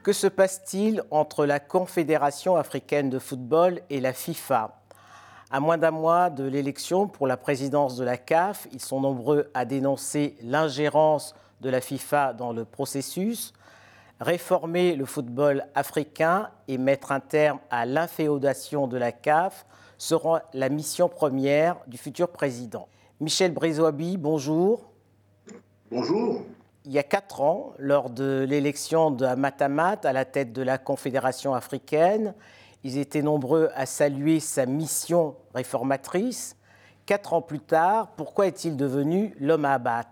Que se passe-t-il entre la Confédération africaine de football et la FIFA ? À moins d'un mois de l'élection pour la présidence de la CAF, ils sont nombreux à dénoncer l'ingérence de la FIFA dans le processus. Réformer le football africain et mettre un terme à l'inféodation de la CAF sera la mission première du futur président. Michel Brizouabi, bonjour. Bonjour. Il y a 4 ans, lors de l'élection de Amat à la tête de la Confédération africaine, ils étaient nombreux à saluer sa mission réformatrice. 4 ans plus tard, pourquoi est-il devenu l'homme à abattre ?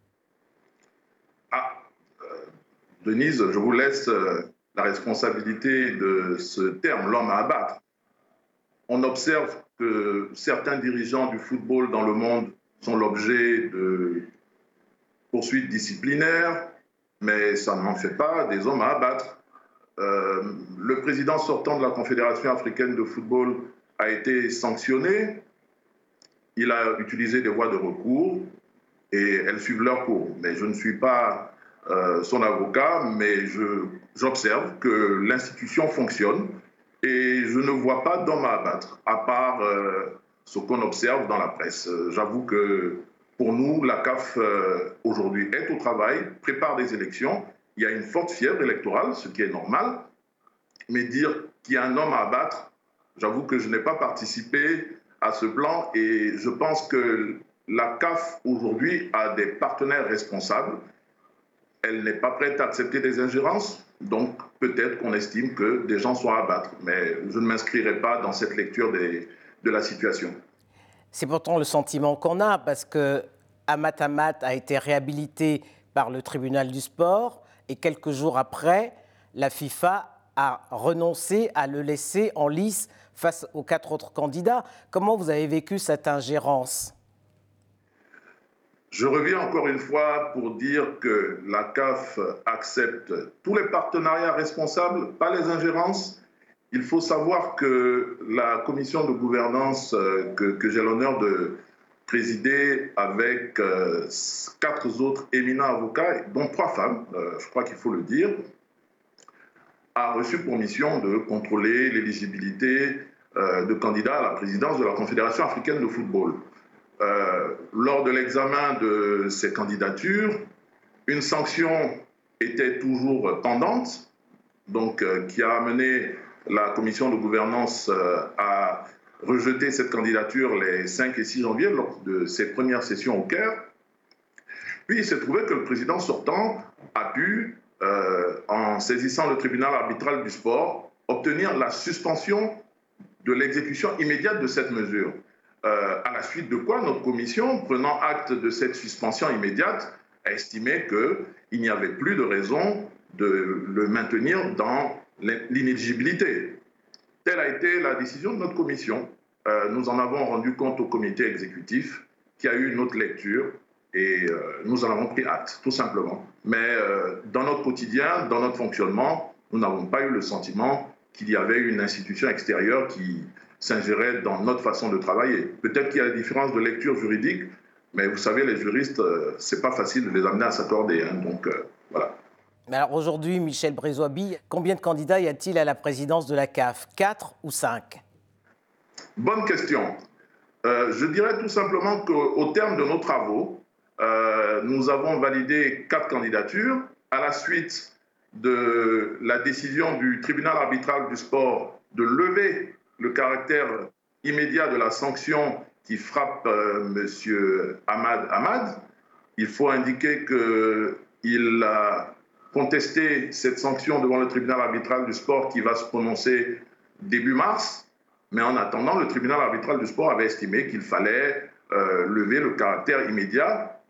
Denise, je vous laisse la responsabilité de ce terme, l'homme à abattre. On observe que certains dirigeants du football dans le monde sont l'objet de poursuites disciplinaires, mais ça n'en fait pas des hommes à abattre. Le président sortant de la Confédération africaine de football a été sanctionné. Il a utilisé des voies de recours et elles suivent leur cours. Mais je ne suis pas son avocat, mais j'observe que l'institution fonctionne et je ne vois pas d'homme à abattre, à part ce qu'on observe dans la presse. J'avoue que pour nous, la CAF aujourd'hui est au travail, prépare des élections. Il y a une forte fièvre électorale, ce qui est normal. Mais dire qu'il y a un homme à abattre, j'avoue que je n'ai pas participé à ce plan et je pense que la CAF aujourd'hui a des partenaires responsables. Elle n'est pas prête à accepter des ingérences, donc peut-être qu'on estime que des gens sont à abattre. Mais je ne m'inscrirai pas dans cette lecture de la situation. C'est pourtant le sentiment qu'on a, parce que Amat a été réhabilité par le tribunal du sport et quelques jours après, la FIFA a renoncé à le laisser en lice face aux 4 autres candidats. Comment vous avez vécu cette ingérence ? Je reviens encore une fois pour dire que la CAF accepte tous les partenariats responsables, pas les ingérences. Il faut savoir que la commission de gouvernance que j'ai l'honneur de présider avec 4 autres éminents avocats, dont 3 femmes, je crois qu'il faut le dire, a reçu pour mission de contrôler l'éligibilité de candidats à la présidence de la Confédération africaine de football. Lors de l'examen de ces candidatures, une sanction était toujours pendante, donc qui a amené la commission de gouvernance à rejeter cette candidature les 5 et 6 janvier lors de ses premières sessions au Caire. Puis il s'est trouvé que le président sortant a pu, en saisissant le tribunal arbitral du sport, obtenir la suspension de l'exécution immédiate de cette mesure. À la suite de quoi, notre commission, prenant acte de cette suspension immédiate, a estimé qu'il n'y avait plus de raison de le maintenir dans l'inéligibilité. Telle a été la décision de notre commission. Nous en avons rendu compte au comité exécutif qui a eu une autre lecture et nous en avons pris acte, tout simplement. Mais dans notre quotidien, dans notre fonctionnement, nous n'avons pas eu le sentiment qu'il y avait une institution extérieure qui s'ingérait dans notre façon de travailler. Peut-être qu'il y a des différences de lecture juridique, mais vous savez, les juristes, c'est pas facile de les amener à s'accorder. Donc, voilà. Mais alors aujourd'hui, Michel Brizouabi, combien de candidats y a-t-il à la présidence de la CAF ? 4 ou 5 ? Bonne question. Je dirais tout simplement qu'au terme de nos travaux, nous avons validé 4 candidatures. À la suite de la décision du tribunal arbitral du sport de lever le caractère immédiat de la sanction qui frappe M. Ahmad, il faut indiquer qu'il a contesté cette sanction devant le tribunal arbitral du sport qui va se prononcer début mars. Mais en attendant, le tribunal arbitral du sport avait estimé qu'il fallait lever le caractère immédiat.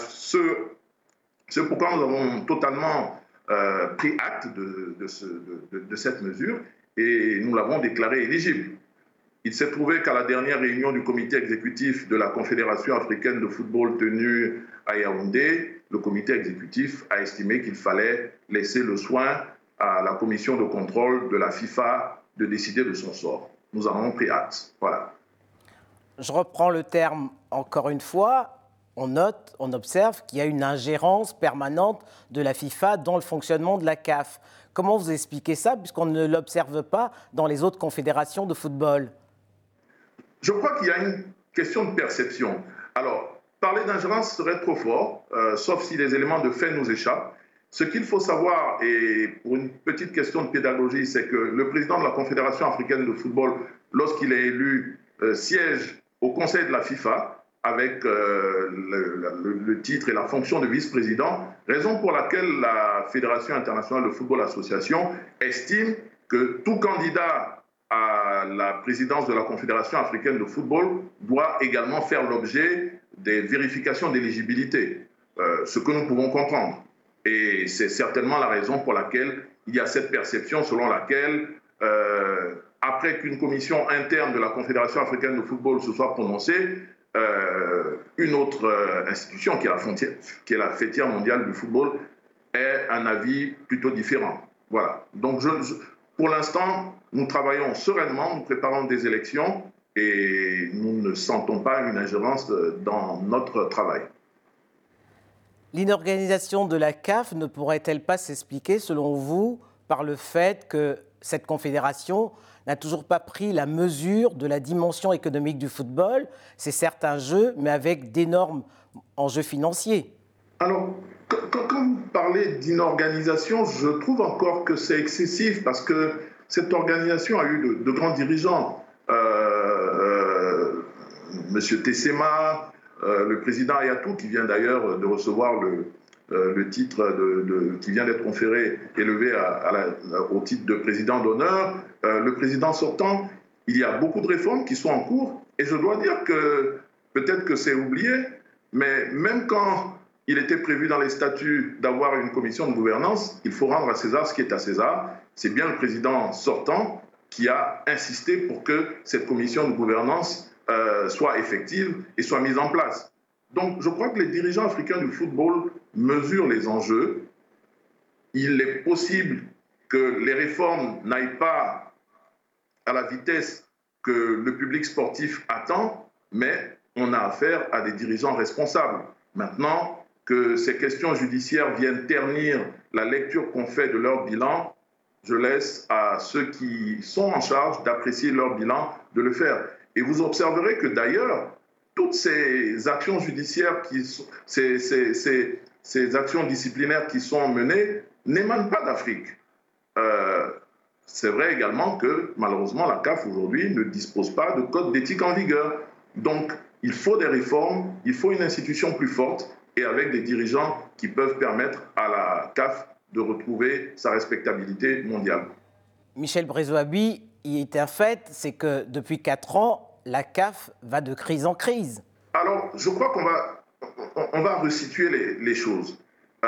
C'est pourquoi nous avons totalement pris acte de cette mesure et nous l'avons déclaré éligible. Il s'est trouvé qu'à la dernière réunion du comité exécutif de la Confédération africaine de football tenue à Yaoundé, le comité exécutif a estimé qu'il fallait laisser le soin à la commission de contrôle de la FIFA de décider de son sort. Nous en avons pris acte. Voilà. Je reprends le terme encore une fois. On note, on observe qu'il y a une ingérence permanente de la FIFA dans le fonctionnement de la CAF. Comment vous expliquez ça, puisqu'on ne l'observe pas dans les autres confédérations de football? Je crois qu'il y a une question de perception. Alors, parler d'ingérence serait trop fort, sauf si les éléments de fait nous échappent. Ce qu'il faut savoir, et pour une petite question de pédagogie, c'est que le président de la Confédération africaine de football, lorsqu'il est élu, siège au conseil de la FIFA avec le titre et la fonction de vice-président, raison pour laquelle la Fédération internationale de football association estime que tout candidat à la présidence de la Confédération africaine de football doit également faire l'objet des vérifications d'éligibilité, ce que nous pouvons comprendre. Et c'est certainement la raison pour laquelle il y a cette perception selon laquelle, après qu'une commission interne de la Confédération africaine de football se soit prononcée, une autre institution, qui est la fêtière mondiale du football, ait un avis plutôt différent. Voilà. Donc, pour l'instant, nous travaillons sereinement, nous préparons des élections et nous ne sentons pas une ingérence dans notre travail. L'inorganisation de la CAF ne pourrait-elle pas s'expliquer, selon vous, par le fait que cette confédération n'a toujours pas pris la mesure de la dimension économique du football? C'est certes un jeu, mais avec d'énormes enjeux financiers. Alors, quand vous parlez d'inorganisation, je trouve encore que c'est excessif parce que cette organisation a eu de grands dirigeants. Monsieur Tessema, le président Ayatou, qui vient d'ailleurs de recevoir le titre qui vient d'être conféré, élevé au titre de président d'honneur, le président sortant. Il y a beaucoup de réformes qui sont en cours et je dois dire que peut-être que c'est oublié, mais même quand il était prévu dans les statuts d'avoir une commission de gouvernance, il faut rendre à César ce qui est à César. C'est bien le président sortant qui a insisté pour que cette commission de gouvernance soit effective et soit mise en place. Donc, je crois que les dirigeants africains du football mesurent les enjeux. Il est possible que les réformes n'aillent pas à la vitesse que le public sportif attend, mais on a affaire à des dirigeants responsables. Maintenant, que ces questions judiciaires viennent ternir la lecture qu'on fait de leur bilan, je laisse à ceux qui sont en charge d'apprécier leur bilan de le faire. Et vous observerez que d'ailleurs, toutes ces actions judiciaires, ces actions disciplinaires qui sont menées n'émanent pas d'Afrique. C'est vrai également que malheureusement la CAF aujourd'hui ne dispose pas de code d'éthique en vigueur. Donc il faut des réformes, il faut une institution plus forte et avec des dirigeants qui peuvent permettre à la CAF de retrouver sa respectabilité mondiale. Michel Brezoabi, il est un fait, c'est que depuis 4 ans, la CAF va de crise en crise. Alors, je crois qu'on va resituer les choses.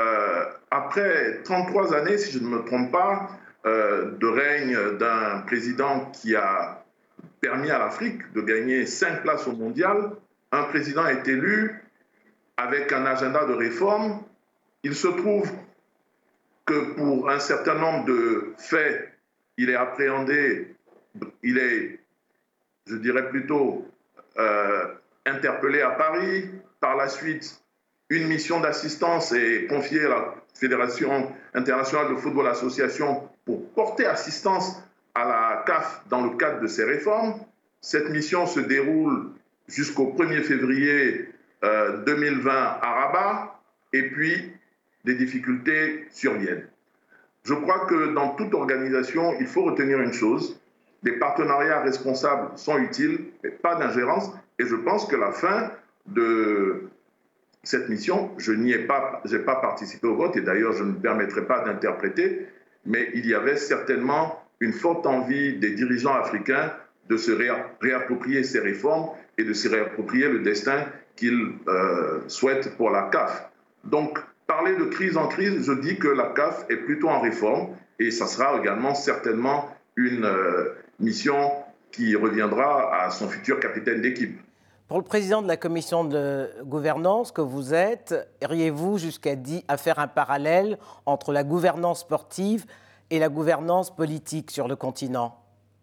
Après 33 années, si je ne me trompe pas, de règne d'un président qui a permis à l'Afrique de gagner 5 places au mondial, un président est élu avec un agenda de réforme. Il se trouve que pour un certain nombre de faits, il est appréhendé, il est, je dirais plutôt, interpellé à Paris. Par la suite, une mission d'assistance est confiée à la Fédération internationale de football association pour porter assistance à la CAF dans le cadre de ces réformes. Cette mission se déroule jusqu'au 1er février 2020 à Rabat, et puis des difficultés surviennent. Je crois que dans toute organisation, il faut retenir une chose, des partenariats responsables sont utiles, mais pas d'ingérence, et je pense que la fin de cette mission, je n'y ai pas participé au vote, et d'ailleurs je ne me permettrai pas d'interpréter, mais il y avait certainement une forte envie des dirigeants africains de se réapproprier ces réformes et de se réapproprier le destin qu'ils souhaitent pour la CAF. Donc, parler de crise en crise, je dis que la CAF est plutôt en réforme et ça sera également certainement une mission qui reviendra à son futur capitaine d'équipe. Pour le président de la commission de gouvernance que vous êtes, iriez-vous jusqu'à faire un parallèle entre la gouvernance sportive et la gouvernance politique sur le continent?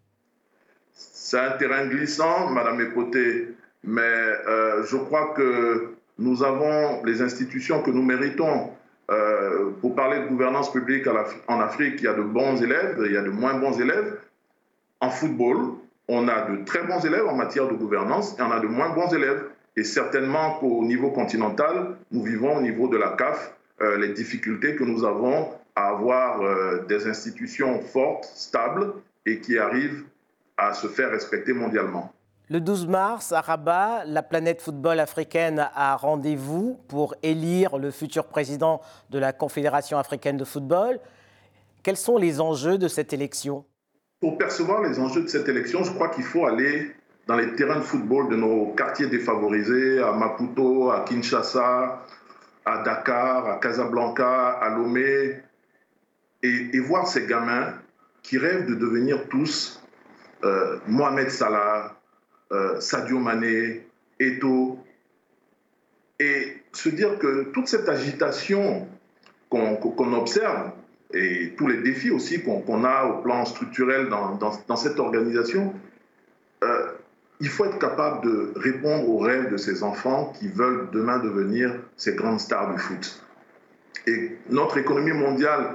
C'est un terrain glissant, Madame Epoté, mais je crois que nous avons les institutions que nous méritons. Pour parler de gouvernance publique en Afrique, il y a de bons élèves, il y a de moins bons élèves. En football, on a de très bons élèves en matière de gouvernance et on a de moins bons élèves. Et certainement qu'au niveau continental, nous vivons au niveau de la CAF les difficultés que nous avons à avoir des institutions fortes, stables et qui arrivent à se faire respecter mondialement. Le 12 mars, à Rabat, la planète football africaine a rendez-vous pour élire le futur président de la Confédération africaine de football. Quels sont les enjeux de cette élection ? Pour percevoir les enjeux de cette élection, je crois qu'il faut aller dans les terrains de football de nos quartiers défavorisés, à Maputo, à Kinshasa, à Dakar, à Casablanca, à Lomé, et voir ces gamins qui rêvent de devenir tous Mohamed Salah, Sadio Mané, Eto'o, et se dire que toute cette agitation qu'on observe et tous les défis aussi qu'on a au plan structurel dans cette organisation, il faut être capable de répondre aux rêves de ces enfants qui veulent demain devenir ces grandes stars du foot. Et notre économie mondiale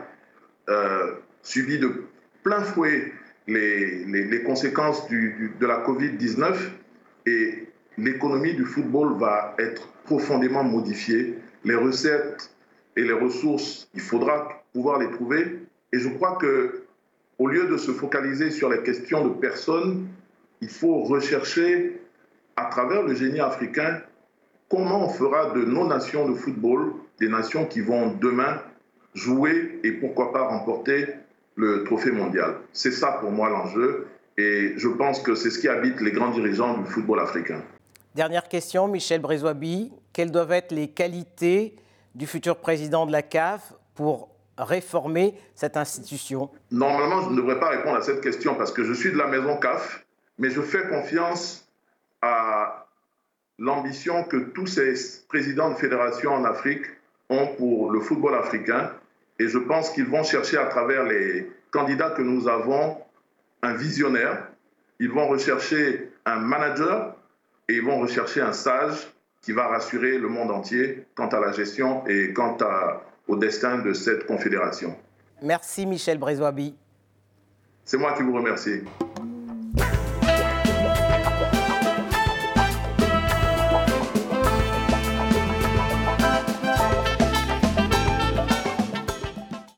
subit de plein fouet les conséquences de la Covid-19 et l'économie du football va être profondément modifiée. Les recettes et les ressources, il faudra pouvoir les trouver. Et je crois qu'au lieu de se focaliser sur les questions de personnes, il faut rechercher à travers le génie africain comment on fera de nos nations de football des nations qui vont demain jouer et pourquoi pas remporter le trophée mondial. C'est ça pour moi l'enjeu et je pense que c'est ce qui habite les grands dirigeants du football africain. Dernière question, Michel Brézoabi. Quelles doivent être les qualités du futur président de la CAF pour réformer cette institution ? Normalement, je ne devrais pas répondre à cette question parce que je suis de la maison CAF, mais je fais confiance à l'ambition que tous ces présidents de fédération en Afrique ont pour le football africain. Et je pense qu'ils vont chercher à travers les candidats que nous avons un visionnaire, ils vont rechercher un manager et ils vont rechercher un sage qui va rassurer le monde entier quant à la gestion et quant au destin de cette confédération. Merci Michel Brézoabi. C'est moi qui vous remercie.